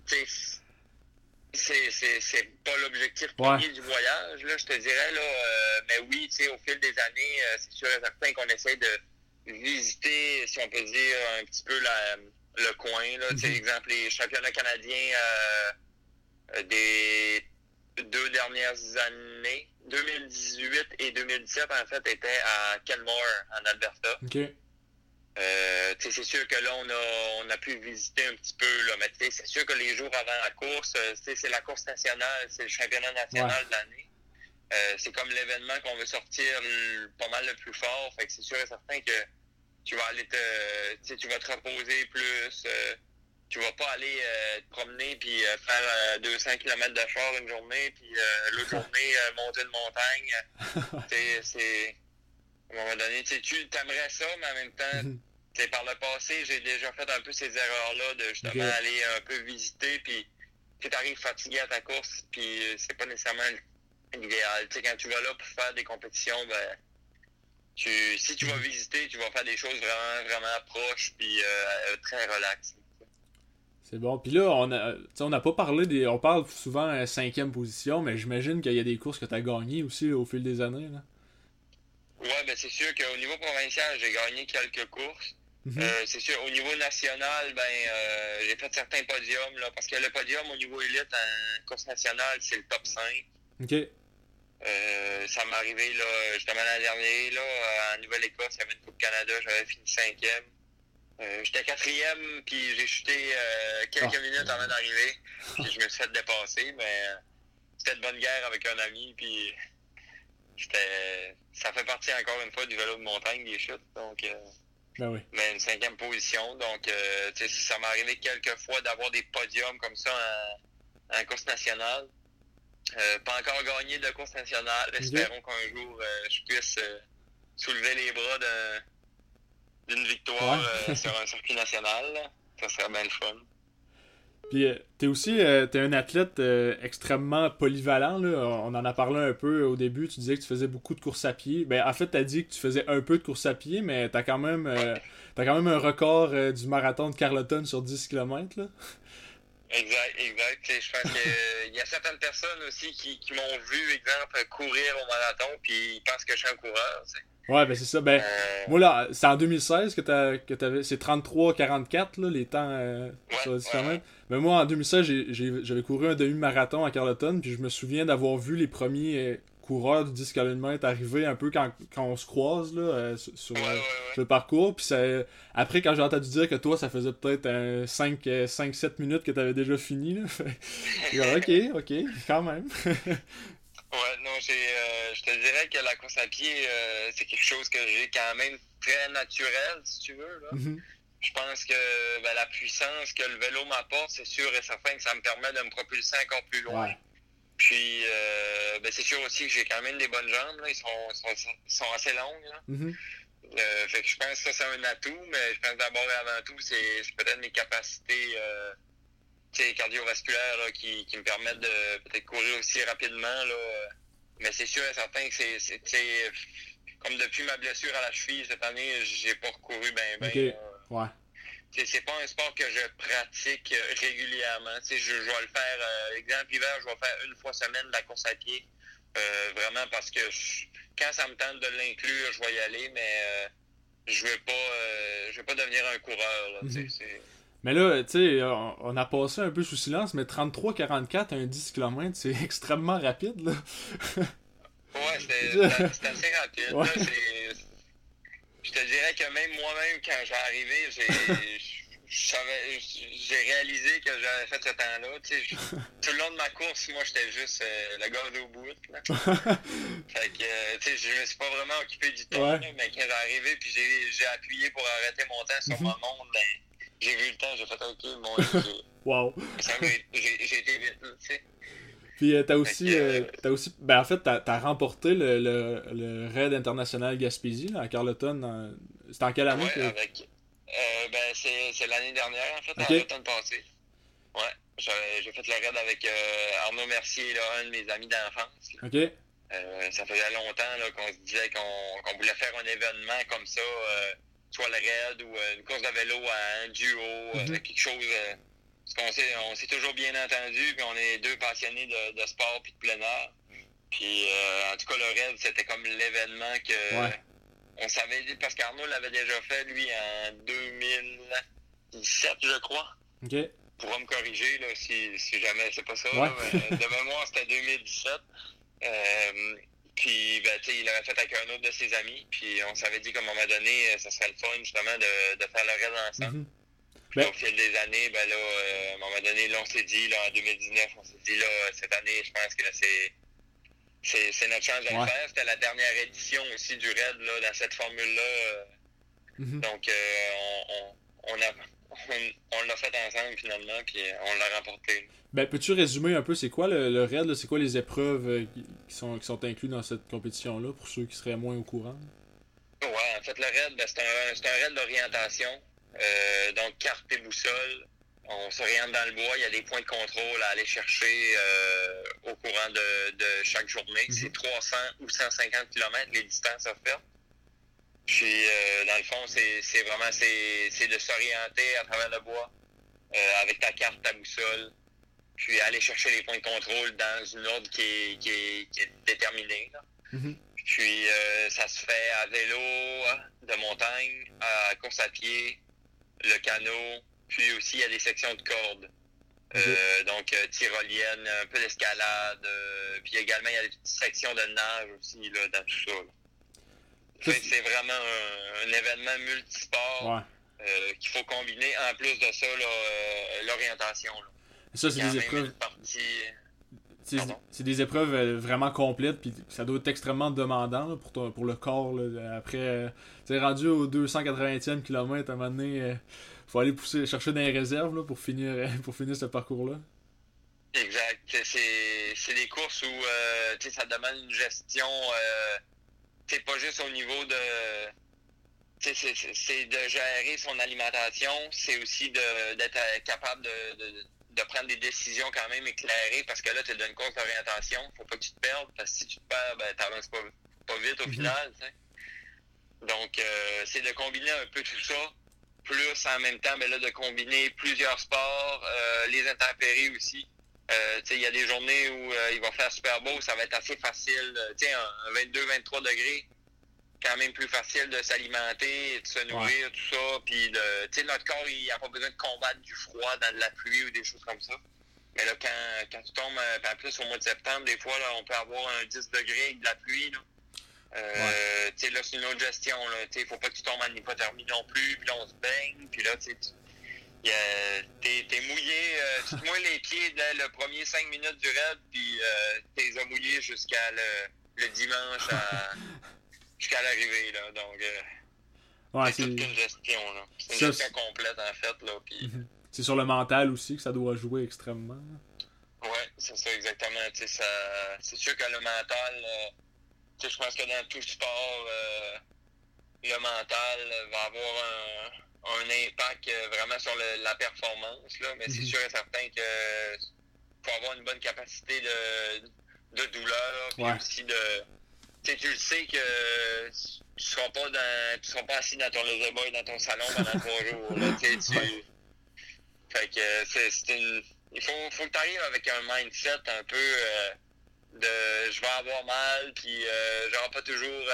c'est pas l'objectif premier du voyage, là, je te dirais, là, mais oui, au fil des années, c'est sûr et certain qu'on essaie de visiter, si on peut dire, un petit peu le coin, là, exemple, les championnats canadiens des 2 dernières années, années. 2018 et 2017, en fait, étaient à Kenmore, en Alberta. OK. C'est sûr que là, on a pu visiter un petit peu, là, mais c'est sûr que les jours avant la course, c'est la course nationale, c'est le championnat national de l'année. C'est comme l'événement qu'on veut sortir pas mal le plus fort. Fait que c'est sûr et certain que tu vas aller tu vas te reposer plus. Tu vas pas aller te promener puis faire 200 km de char une journée, puis l'autre journée monter une montagne. C'est à un moment donné, tu t'aimerais ça, mais en même temps, par le passé, j'ai déjà fait un peu ces erreurs-là de justement aller un peu visiter, puis tu arrives fatigué à ta course, puis c'est pas nécessairement l'idéal. Quand tu vas là pour faire des compétitions, ben si tu vas visiter, tu vas faire des choses vraiment, vraiment proches, puis très relax. C'est bon. Puis là, on n'a pas parlé on parle souvent 5e position, mais j'imagine qu'il y a des courses que tu as gagnées aussi là, au fil des années. Là. Ouais, ben c'est sûr qu'au niveau provincial, j'ai gagné quelques courses. C'est sûr, au niveau national, j'ai fait certains podiums, là, parce que le podium au niveau élite en course nationale, c'est le top 5. OK. Ça m'est arrivé là, justement l'an dernier, là, en Nouvelle-Écosse, il y avait une Coupe Canada, j'avais fini 5e. J'étais 4e, puis j'ai chuté quelques minutes avant d'arriver. Puis je me suis fait dépasser, mais c'était de bonne guerre avec un ami, puis ça fait partie encore une fois du vélo de montagne, des chutes. Donc, ben oui. Mais une 5e position. Donc, ça m'est arrivé quelques fois d'avoir des podiums comme ça en course nationale. Pas encore gagné de course nationale. Espérons qu'un jour, je puisse soulever les bras d'une victoire sur un circuit national. Là. Ça serait bien le fun. Puis t'es un athlète extrêmement polyvalent. Là. On en a parlé un peu au début. Tu disais que tu faisais beaucoup de courses à pied. Ben, en fait, t'as dit que tu faisais un peu de course à pied, mais t'as quand même un record du marathon de Carleton sur 10 km. Là. Exact. Je pense qu'il y a certaines personnes aussi qui m'ont vu, exemple, courir au marathon, puis ils pensent que je suis un coureur. T'sais. Ouais, ben c'est ça. Ben, moi, là, c'est en 2016 que t'avais. C'est 33-44, là, les temps sur 10 km. Mais moi, en 2016, j'avais couru un demi-marathon à Carleton, puis je me souviens d'avoir vu les premiers coureurs du 10 km arriver un peu quand on se croise là, sur le parcours. Puis après, quand j'ai entendu dire que toi, ça faisait peut-être 5-7 minutes que t'avais déjà fini, là. OK, quand même. Ouais, non, je te dirais que la course à pied, c'est quelque chose que j'ai quand même très naturel, si tu veux. Là. Je pense que la puissance que le vélo m'apporte, c'est sûr et certain que ça me permet de me propulser encore plus loin. Ouais. Puis, c'est sûr aussi que j'ai quand même des bonnes jambes. Là. Ils sont assez longues. Là. Fait que je pense que ça, c'est un atout, mais je pense d'abord et avant tout, c'est peut-être mes capacités cardiovasculaires là, qui me permettent de peut-être courir aussi rapidement. Là. Mais c'est sûr et certain que c'est comme depuis ma blessure à la cheville cette année, j'ai pas recouru bien. Okay. Ouais. C'est pas un sport que je pratique régulièrement. Je vais le faire, exemple, l'hiver, je vais faire une fois semaine de la course à pied. Vraiment parce que quand ça me tente de l'inclure, je vais y aller, mais je veux pas devenir un coureur. Là, Mais là, tu sais, on a passé un peu sous silence, mais 33-44 à un 10 km, c'est extrêmement rapide, là. Ouais, c'est assez rapide. Ouais. Là, je te dirais que même moi-même, quand j'ai arrivé, j'ai réalisé que j'avais fait ce temps-là. Tout le long de ma course, moi, j'étais juste le gars au bout. Là. Fait que, je me suis pas vraiment occupé du temps, là, mais quand j'ai arrivé, puis j'ai appuyé pour arrêter mon temps sur ma montre, j'ai vu le temps, j'ai fait OK, mon Dieu. Wow. J'ai été vite, tu sais. Puis t'as aussi, ben en fait, t'as remporté le Raid international Gaspésie là, à Carleton. C'était en quelle année? C'est l'année dernière, en fait, à l'automne passé. Ouais, j'ai fait le Raid avec Arnaud Mercier, là, un de mes amis d'enfance. Là. OK. Ça faisait longtemps là, qu'on se disait qu'on voulait faire un événement comme ça, soit le Raid ou une course de vélo à un duo, quelque chose... Parce qu'on s'est toujours bien entendu, puis on est deux passionnés de sport puis de plein air. Puis en tout cas, le Raid, c'était comme l'événement que on savait, parce qu'Arnaud l'avait déjà fait, lui, en 2017, je crois. OK. Pourra me corriger là, si jamais c'est pas ça. Ouais. Là, mais de mémoire, c'était 2017. Puis, ben, tu sais, il l'avait fait avec un autre de ses amis. Puis, on s'avait dit qu'à un moment donné, ça serait le fun, justement, de faire le raid ensemble. Mhm. Puis, au fil des années, ben là, à un moment donné, là, on s'est dit, là, en 2019, on s'est dit, là, cette année, je pense que là, c'est notre chance de le faire. C'était la dernière édition aussi du raid, là, dans cette formule-là. Donc, on l'a fait ensemble, finalement, puis on l'a remporté. Ben, peux-tu résumer un peu, c'est quoi le raid, là? C'est quoi les épreuves qui sont incluses dans cette compétition-là, pour ceux qui seraient moins au courant? Ouais, en fait, le raid, ben, c'est un raid d'orientation. Donc, carte et boussole. On s'oriente dans le bois. Il y a des points de contrôle à aller chercher au courant de chaque journée. C'est 300 ou 150 km les distances offertes. Puis, dans le fond, c'est vraiment de s'orienter à travers le bois avec ta carte, ta boussole. Puis, aller chercher les points de contrôle dans une ordre qui est déterminée. Là. Puis, ça se fait à vélo, de montagne, à course à pied, le canot, puis aussi il y a des sections de cordes. Donc, tyrolienne, un peu d'escalade, puis également il y a des petites sections de nage aussi là, dans tout ça. C'est vraiment un événement multisport qu'il faut combiner. En plus de ça, l'orientation. Là. Ça, c'est des épreuves. C'est des épreuves vraiment complètes, puis ça doit être extrêmement demandant là, pour le corps. Là. Après, tu es rendu au 280e kilomètre, à un moment donné, faut aller chercher dans les réserves là, pour finir ce parcours-là. Exact. C'est des courses où ça demande une gestion, pas juste au niveau de... C'est de gérer son alimentation, c'est aussi d'être capable de prendre des décisions quand même éclairées, parce que là, tu es dans une course d'orientation, faut pas que tu te perdes, parce que si tu te perds, ben, t'avances pas vite au final, t'sais. Donc, c'est de combiner un peu tout ça, plus en même temps, ben là, de combiner plusieurs sports, les intempéries aussi. Il y a des journées où il va faire super beau, ça va être assez facile, un 22-23 degrés, quand même plus facile de s'alimenter, de se nourrir, tout ça. Puis, notre corps, il n'a pas besoin de combattre du froid dans de la pluie ou des choses comme ça. Mais là, quand tu tombes, en plus, au mois de septembre, des fois, là, on peut avoir un 10 degrés avec de la pluie. Là, là c'est une autre gestion. Il ne faut pas que tu tombes en hypothermie non plus. Puis là, on se baigne. Puis là, t'es mouillé. Tu te mouilles les pieds dès le premier 5 minutes du raid. Puis t'es mouillé jusqu'à le dimanche jusqu'à l'arrivée, là. Donc, c'est toute une gestion, là. C'est une gestion complète, en fait, là. Puis, c'est sur le mental aussi que ça doit jouer extrêmement. Ouais, c'est ça, exactement. C'est sûr que le mental, je pense que dans tout sport, le mental va avoir un impact vraiment sur la performance, là. Mais c'est sûr et certain que faut avoir une bonne capacité de douleur, puis aussi de... tu le sais que tu seras pas assis dans ton lazy boy dans ton salon pendant 3 jours. Là, Fait que il faut que tu arrives avec un mindset un peu de je vais avoir mal, puis j'aurai pas toujours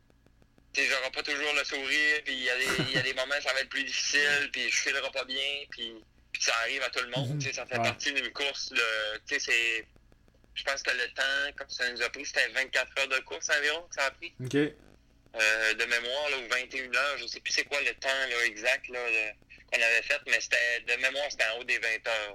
le sourire, puis il y a des moments où ça va être plus difficile, puis je filerai pas bien, puis ça arrive à tout le monde. Ça fait partie d'une course. Je pense que le temps, comme ça nous a pris, c'était 24 heures de course environ que ça a pris. OK. De mémoire, là, ou 21 heures, je sais plus c'est quoi le temps là, exact là, qu'on avait fait, mais de mémoire, c'était en haut des 20 heures.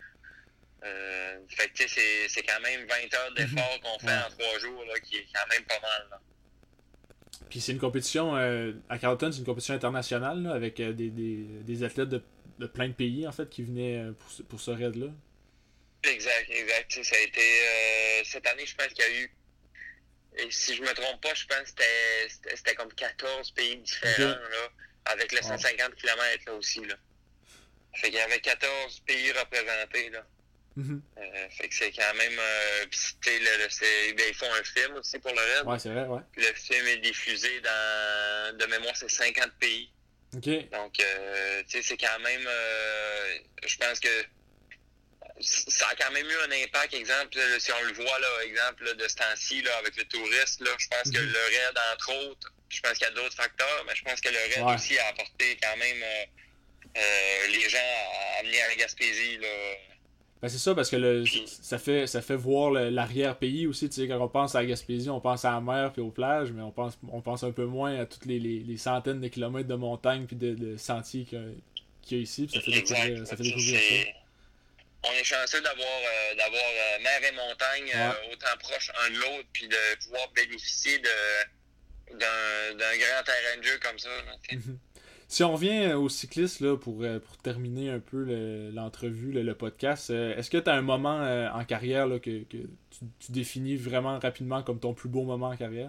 Fait que c'est quand même 20 heures d'effort qu'on fait en 3 jours, là, qui est quand même pas mal. Là. Puis c'est une compétition, à Carleton, c'est une compétition internationale, là, avec des athlètes de plein de pays, en fait, qui venaient pour ce raid-là. Exact. Ça a été cette année, je pense qu'il y a eu, et si je me trompe pas, je pense que c'était comme 14 pays différents, là, avec le 150 km là aussi. Là. Fait qu'il y avait 14 pays représentés. Là. Fait que c'est quand même. Ils font un film aussi pour le raid. Ouais, c'est vrai, ouais. Puis le film est diffusé de mémoire, c'est 50 pays. OK. Donc, c'est quand même. Je pense que ça a quand même eu un impact, exemple, si on le voit, là, exemple, là, de ce temps-ci, là, avec le touriste, là, je pense que le raid, entre autres, je pense qu'il y a d'autres facteurs, mais je pense que le raid aussi a apporté quand même les gens à amener à la Gaspésie, là, Ben c'est ça, parce que ça fait voir l'arrière-pays aussi. Tu sais, quand on pense à la Gaspésie, on pense à la mer puis aux plages, mais on pense un peu moins à toutes les centaines de kilomètres de montagnes puis de sentiers qu'il y a ici. Puis ça fait découvrir ça. On est chanceux d'avoir mer et montagne autant proches un de l'autre, puis de pouvoir bénéficier d'un grand terrain de jeu comme ça. Là, si on revient aux cyclistes là, pour terminer un peu l'entrevue, le podcast, est-ce que tu as un moment en carrière là, que tu définis vraiment rapidement comme ton plus beau moment en carrière?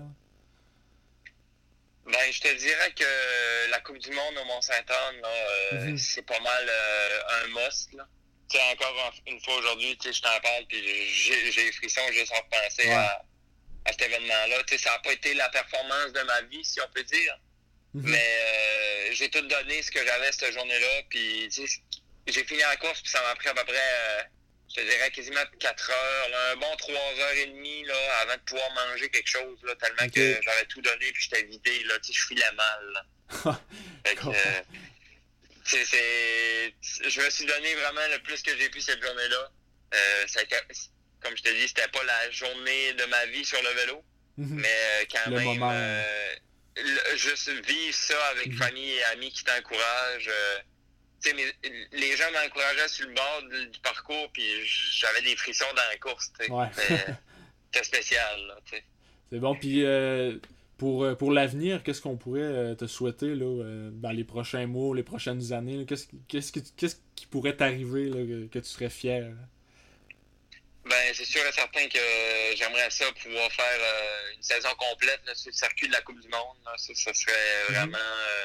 Ben, je te dirais que la Coupe du Monde au Mont-Saint-Anne, c'est pas mal un must. Là. Tu sais, encore une fois aujourd'hui, tu sais, je t'en parle, puis j'ai les frissons juste en repenser à cet événement-là. Tu sais, ça n'a pas été la performance de ma vie, si on peut dire. Mais j'ai tout donné ce que j'avais cette journée-là. Puis, tu sais, j'ai fini la course, puis ça m'a pris à peu près, je te dirais, quasiment 4 heures. Là, un bon 3h30 là, avant de pouvoir manger quelque chose, là, tellement que j'avais tout donné, puis j'étais vidé. Là, tu sais, je filais mal. Fait que, je me suis donné vraiment le plus que j'ai pu cette journée-là. Ça a été, comme je te dis, c'était pas la journée de ma vie sur le vélo, mais quand le même, moment, juste vivre ça avec famille et amis qui t'encouragent. Les gens m'encourageaient sur le bord du parcours, puis j'avais des frissons dans la course. C'était spécial. Là, c'est bon, puis pour l'avenir, qu'est-ce qu'on pourrait te souhaiter là, dans les prochains mois, les prochaines années? Là? Qu'est-ce qui pourrait t'arriver là, que tu serais fier? Ben, c'est sûr et certain que j'aimerais ça pouvoir faire une saison complète là, sur le circuit de la Coupe du Monde. Là. Ça serait vraiment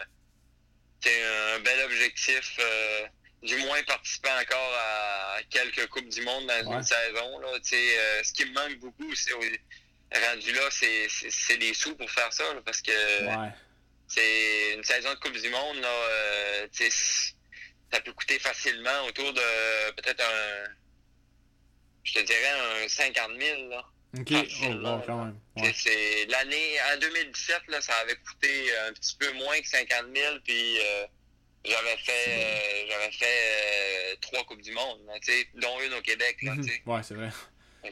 un bel objectif. Du moins participer encore à quelques Coupes du Monde dans une saison. Là. Ce qui me manque beaucoup, c'est rendu là, c'est des sous pour faire ça. Là, parce que c'est une saison de Coupe du Monde. Là, ça peut coûter facilement autour de peut-être je te dirais un 50 000. Là. OK. Quand même. Ouais. C'est l'année, en 2017, là, ça avait coûté un petit peu moins que 50 000, puis j'avais fait 3 Coupes du Monde, là, dont une au Québec. Là, ouais, c'est vrai. Donc,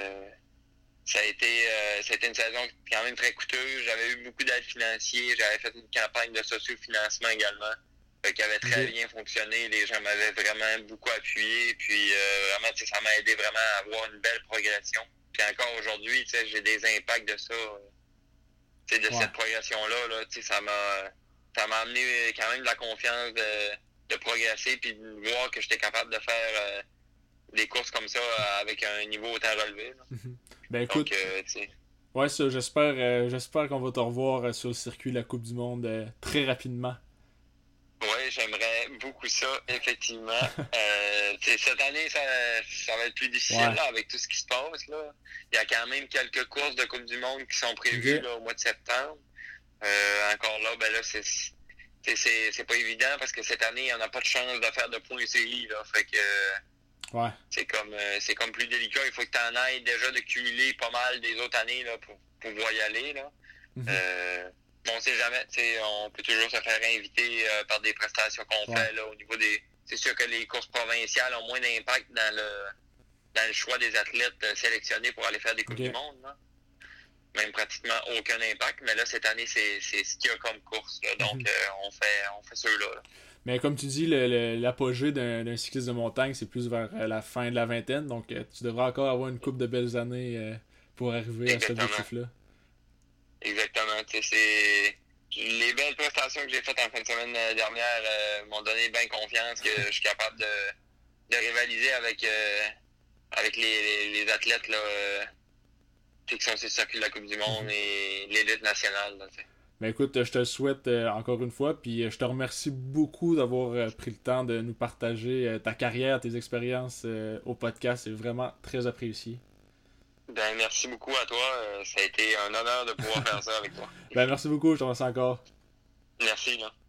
ça a été une saison quand même très coûteuse. J'avais eu beaucoup d'aide financière. J'avais fait une campagne de sociofinancement également. Qui avait très bien fonctionné. Les gens m'avaient vraiment beaucoup appuyé. Puis vraiment, ça m'a aidé vraiment à avoir une belle progression. Puis encore aujourd'hui, j'ai des impacts de ça. De cette progression-là. Là, ça m'a amené quand même de la confiance de progresser puis de voir que j'étais capable de faire des courses comme ça avec un niveau autant relevé. Là. Ben écoute. Donc, ça, j'espère qu'on va te revoir sur le circuit de la Coupe du Monde très rapidement. Oui, j'aimerais beaucoup ça, effectivement. Cette année, ça va être plus difficile là, avec tout ce qui se passe. Là. Il y a quand même quelques courses de Coupe du Monde qui sont prévues là, au mois de septembre. Encore là, ben là, c'est pas évident parce que cette année, il n'y en a pas de chance de faire de points série. Là. Fait que c'est comme plus délicat. Il faut que tu en ailles déjà de cumuler pas mal des autres années là, pour pouvoir y aller. Là. On sait jamais, on peut toujours se faire inviter par des prestations qu'on fait là, au niveau des. C'est sûr que les courses provinciales ont moins d'impact dans le choix des athlètes sélectionnés pour aller faire des Coupes du Monde. Là. Même pratiquement aucun impact, mais là, cette année, c'est ce qu'il y a comme course. Là. Donc, on fait ceux-là. Là. Mais comme tu dis, l'apogée d'un cycliste de montagne, c'est plus vers la fin de la vingtaine, donc tu devras encore avoir une couple de belles années pour arriver à cet objectif-là. Exactement. Les belles prestations que j'ai faites en fin de semaine dernière m'ont donné bien confiance que je suis capable de rivaliser avec les athlètes là, qui sont sur le circuit de la Coupe du Monde et l'élite nationale. Là, ben écoute, je te le souhaite encore une fois, puis je te remercie beaucoup d'avoir pris le temps de nous partager ta carrière, tes expériences au podcast. C'est vraiment très apprécié. Ben, merci beaucoup à toi. Ça a été un honneur de pouvoir faire ça avec toi. Ben, merci beaucoup. Je te remercie encore. Merci, là.